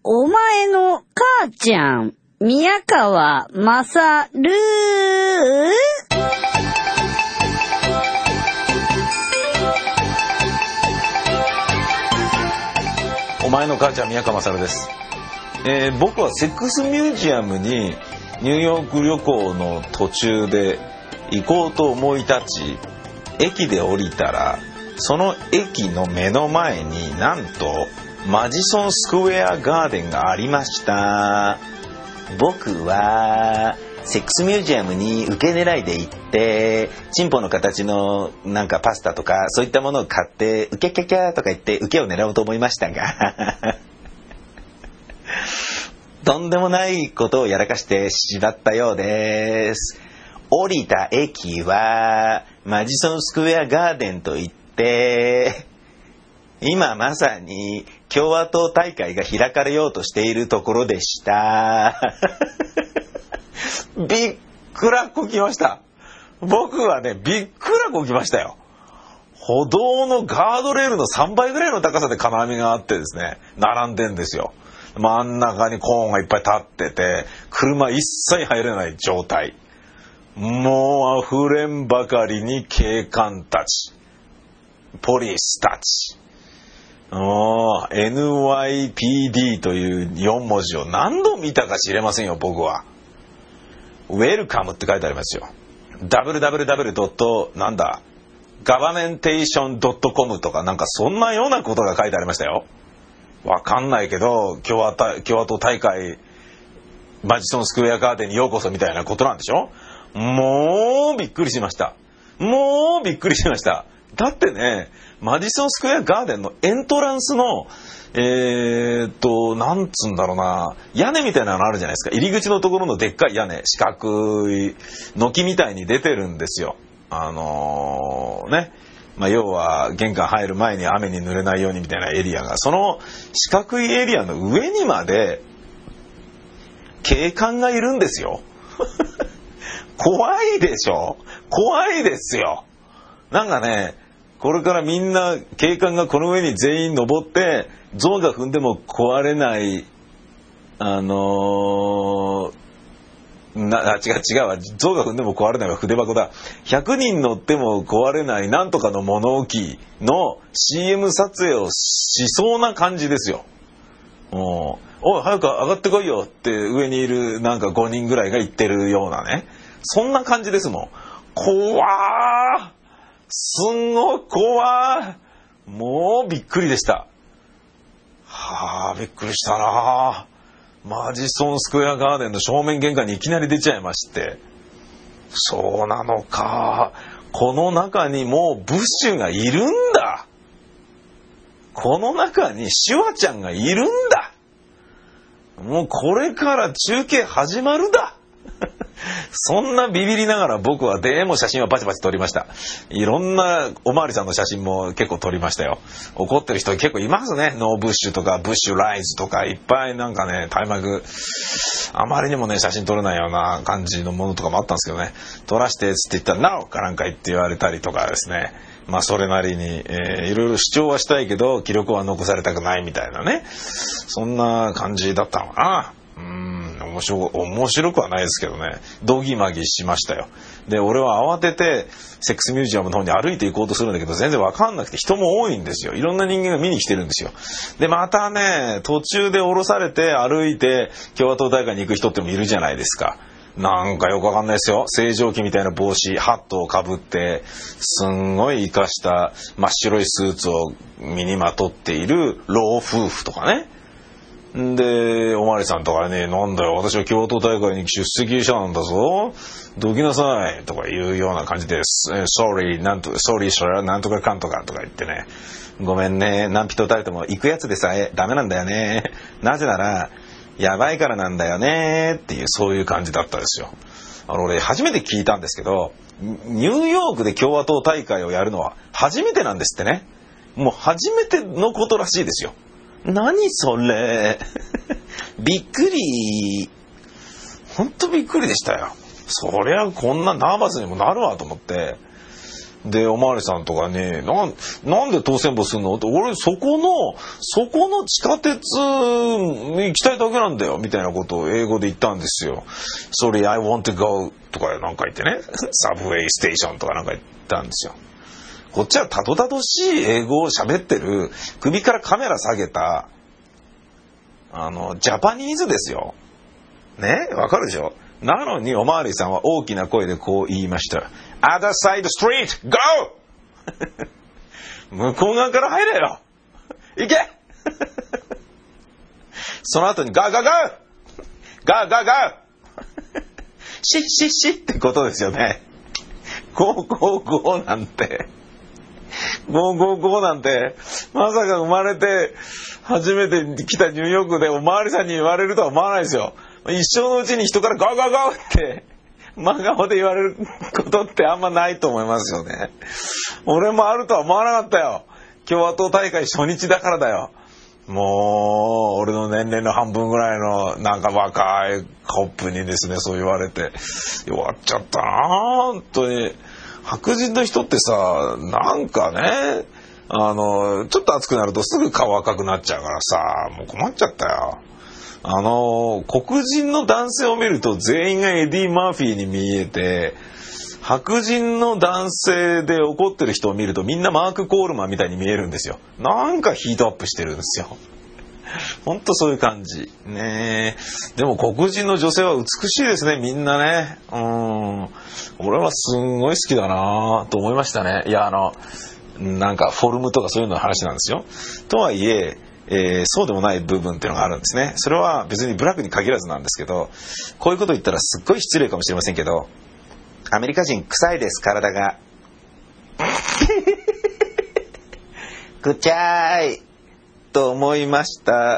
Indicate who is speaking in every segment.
Speaker 1: お前の母ちゃん、宮川まさる。
Speaker 2: お前の母ちゃん、宮川まさるです。僕はセックスミュージアムにニューヨーク旅行の途中で行こうと思い立ち、駅で降りたらその駅の目の前になんとマジソンスクエアガーデンがありました。僕はセックスミュージアムに受け狙いで行ってチンポの形のなんかパスタとかそういったものを買ってウケキャキャとか言って受けを狙おうと思いましたがとんでもないことをやらかしてしまったようです。降りた駅はマジソンスクエアガーデンといって今まさに共和党大会が開かれようとしているところでしたびっくらこきました。僕はねびっくらこきましたよ。歩道のガードレールの3倍ぐらいの高さで金網があってですね、並んでんですよ。真ん中にコーンがいっぱい立ってて車一切入れない状態。もう溢れんばかりに警官たち、ポリスたち、NYPD という4文字を何度見たか知れませんよ。僕はウェルカムって書いてありますよ。 www. なんだgovernmentation.com とかなんかそんなようなことが書いてありましたよ。わかんないけど共和党大会マジソンスクエアガーデンにようこそみたいなことなんでしょ。もうびっくりしました。だってね、マディソンスクエアガーデンのエントランスのなんつんだろうな、屋根みたいなのあるじゃないですか。入り口のところのでっかい屋根、四角い軒みたいに出てるんですよ。要は玄関入る前に雨に濡れないようにみたいなエリアが、その四角いエリアの上にまで警官がいるんですよ怖いでしょ。怖いですよ。なんかね、これからみんな警官がこの上に全員登って象が踏んでも壊れない違うわ、象が踏んでも壊れないは筆箱だ。100人乗っても壊れないなんとかの物置の CM 撮影をしそうな感じですよ。おい早く上がってこいよって上にいるなんか5人ぐらいが言ってるようなね、そんな感じですもん。怖ー、すんごい怖ー。もうびっくりでした。びっくりしたな。マジソンスクエアガーデンの正面玄関にいきなり出ちゃいまして、そうなのか、この中にもうブッシュがいるんだ。この中にシュワちゃんがいるんだ。もうこれから中継始まるだそんなビビりながら僕はでも写真はバチバチ撮りました。いろんなおまわりさんの写真も結構撮りましたよ。怒ってる人結構いますね。ノーブッシュとかブッシュライズとかいっぱいなんかね、タイマグあまりにもね写真撮れないような感じのものとかもあったんですけどね、撮らしてつって言ったら NO かなんか言って言われたりとかですね、まあそれなりに、いろいろ主張はしたいけど記録は残されたくないみたいなね、そんな感じだったのかな。面白くはないですけどね、ドギマギしましたよ。で俺は慌ててセックスミュージアムの方に歩いて行こうとするんだけど全然わかんなくて、人も多いんですよ。いろんな人間が見に来てるんですよ。でまたね、途中で降ろされて歩いて共和党大会に行く人ってもいるじゃないですか。なんかよくわかんないですよ。星条旗みたいな帽子ハットをかぶってすんごい生かした真っ白いスーツを身にまとっている老夫婦とかね。でおまわりさんとかね、なんだよ私は共和党大会に出席者なんだぞ、どきなさいとかいうような感じです。sorry sir なんとかかんとかとか言ってね、ごめんね、何人たりとも行くやつでさえダメなんだよね、なぜならやばいからなんだよねっていう、そういう感じだったですよ。俺初めて聞いたんですけど、ニューヨークで共和党大会をやるのは初めてなんですってね。もう初めてのことらしいですよ。何それびっくり、ほんとびっくりでしたよ。そりゃこんなナーバスにもなるわと思って、 でおまわりさんとかになんで当選簿すんのって、俺そこの地下鉄行きたいだけなんだよみたいなことを英語で言ったんですよ。Sorry, I want to go とかなんか言ってね、サブウェイステーションとかなんか言ったんですよ。こっちはたどたどしい英語を喋ってる、首からカメラ下げたジャパニーズですよね、わかるでしょ。なのにおまわりさんは大きな声でこう言いました。Other side street, go! 向こう側から入れよ行けその後にガーガーガーガーガーガーシッシッシッってことですよね。ゴーゴーゴーなんてゴーゴーゴーなんてまさか生まれて初めて来たニューヨークでおまわりさんに言われるとは思わないですよ。一生のうちに人からガーガーガーって真顔で言われることってあんまないと思いますよね。俺もあるとは思わなかったよ。共和党大会初日だからだよ。もう俺の年齢の半分ぐらいのなんか若いコップにですねそう言われて弱っちゃったな本当に。白人の人ってさなんかねちょっと暑くなるとすぐ顔赤くなっちゃうからさもう困っちゃったよ。黒人の男性を見ると全員がエディ・マーフィーに見えて、白人の男性で怒ってる人を見るとみんなマーク・コールマンみたいに見えるんですよ。なんかヒートアップしてるんですよ。ほんとそういう感じね。でも黒人の女性は美しいですねみんなね。俺はすんごい好きだなと思いましたね。いやなんかフォルムとかそういうの話なんですよ。とはいえそうでもない部分っていうのがあるんですね。それは別にブラックに限らずなんですけど、こういうこと言ったらすっごい失礼かもしれませんけど、アメリカ人臭いです体がくちゃーいと思いました。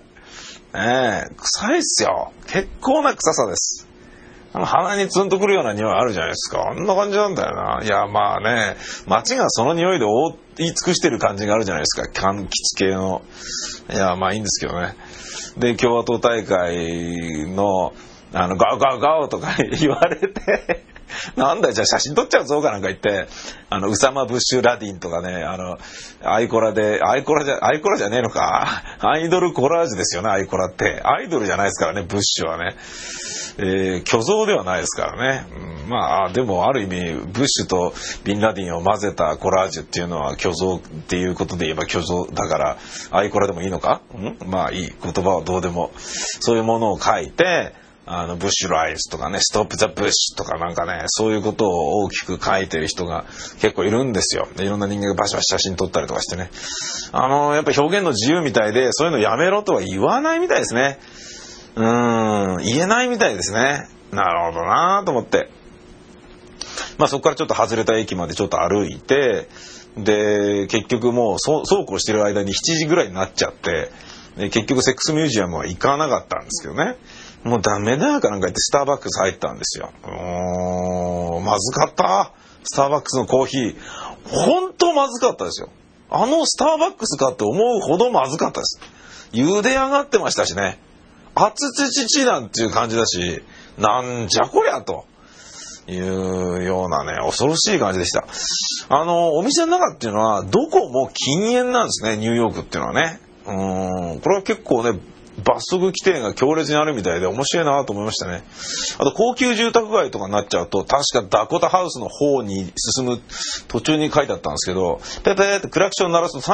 Speaker 2: 臭いっすよ。結構な臭さです。鼻にツンとくるような匂いあるじゃないですか。あんな感じなんだよな。いやまあね街がその匂いで覆い尽くしてる感じがあるじゃないですか。柑橘系の。いやまあいいんですけどね。で共和党大会のガオガオガオとか言われてなんだよじゃあ写真撮っちゃうぞかなんか言ってウサマ・ブッシュ・ラディンとかねアイコラじゃねえのかアイドルコラージュですよね。アイコラってアイドルじゃないですからねブッシュはね。虚像ではないですからね。まあでもある意味ブッシュとビンラディンを混ぜたコラージュっていうのは虚像っていうことで言えば虚像だからアイコラでもいいのか。まあいい言葉はどうでもそういうものを書いてブッシュライズとかねストップザブッシュとかなんかねそういうことを大きく書いてる人が結構いるんですよ。でいろんな人間がバシバシ写真撮ったりとかしてねやっぱ表現の自由みたいでそういうのやめろとは言わないみたいですね。言えないみたいですね。なるほどなと思って、まあそこからちょっと外れた駅までちょっと歩いて、で結局もうそうこうしてる間に7時ぐらいになっちゃって、で結局セックスミュージアムは行かなかったんですけどね。もうダメだかなんか言ってスターバックス入ったんですよ。まずかった。スターバックスのコーヒー本当まずかったですよ。スターバックスかって思うほどまずかったです。茹で上がってましたしね。熱々なんていう感じだし、なんじゃこりゃというようなね恐ろしい感じでした。お店の中っていうのはどこも禁煙なんですね。ニューヨークっていうのはね。これは結構ね罰則規定が強烈にあるみたいで面白いなと思いましたね。あと高級住宅街とかになっちゃうと確かダコタハウスの方に進む途中に書いてあったんですけど、ペペってクラクション鳴らすと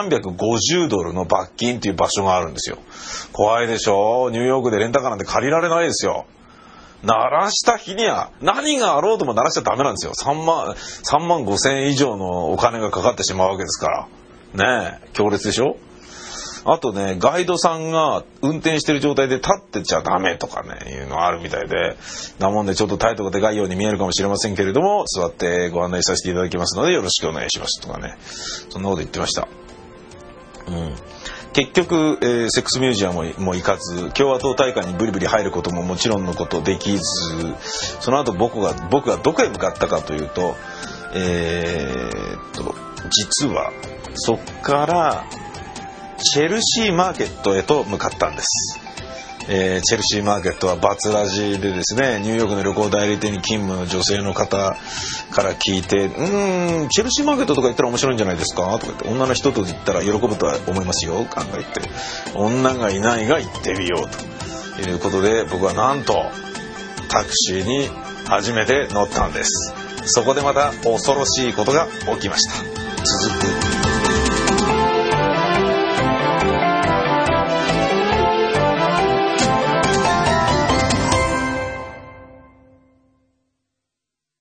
Speaker 2: $350の罰金っていう場所があるんですよ。怖いでしょ。ニューヨークでレンタカーなんて借りられないですよ。鳴らした日には何があろうとも鳴らしちゃダメなんですよ。3万5千円以上のお金がかかってしまうわけですからね。強烈でしょ。あとねガイドさんが運転してる状態で立ってちゃダメとかねいうのがあるみたいで、なもんでちょっと態度がでかいように見えるかもしれませんけれども座ってご案内させていただきますのでよろしくお願いしますとかね、そんなこと言ってました。結局、セックスミュージアムも行かず共和党大会にブリブリ入ることももちろんのことできず、その後僕がどこへ向かったかというと、実はそっからチェルシーマーケットへと向かったんです。 チェルシーマーケットはバツラジでですね、ニューヨークの旅行代理店に勤務の女性の方から聞いて、チェルシーマーケットとか行ったら面白いんじゃないですかとか言って、女の人と言ったら喜ぶとは思いますよ、考えて、女がいないが行ってみようということで、僕はなんとタクシーに初めて乗ったんです。そこでまた恐ろしいことが起きました。続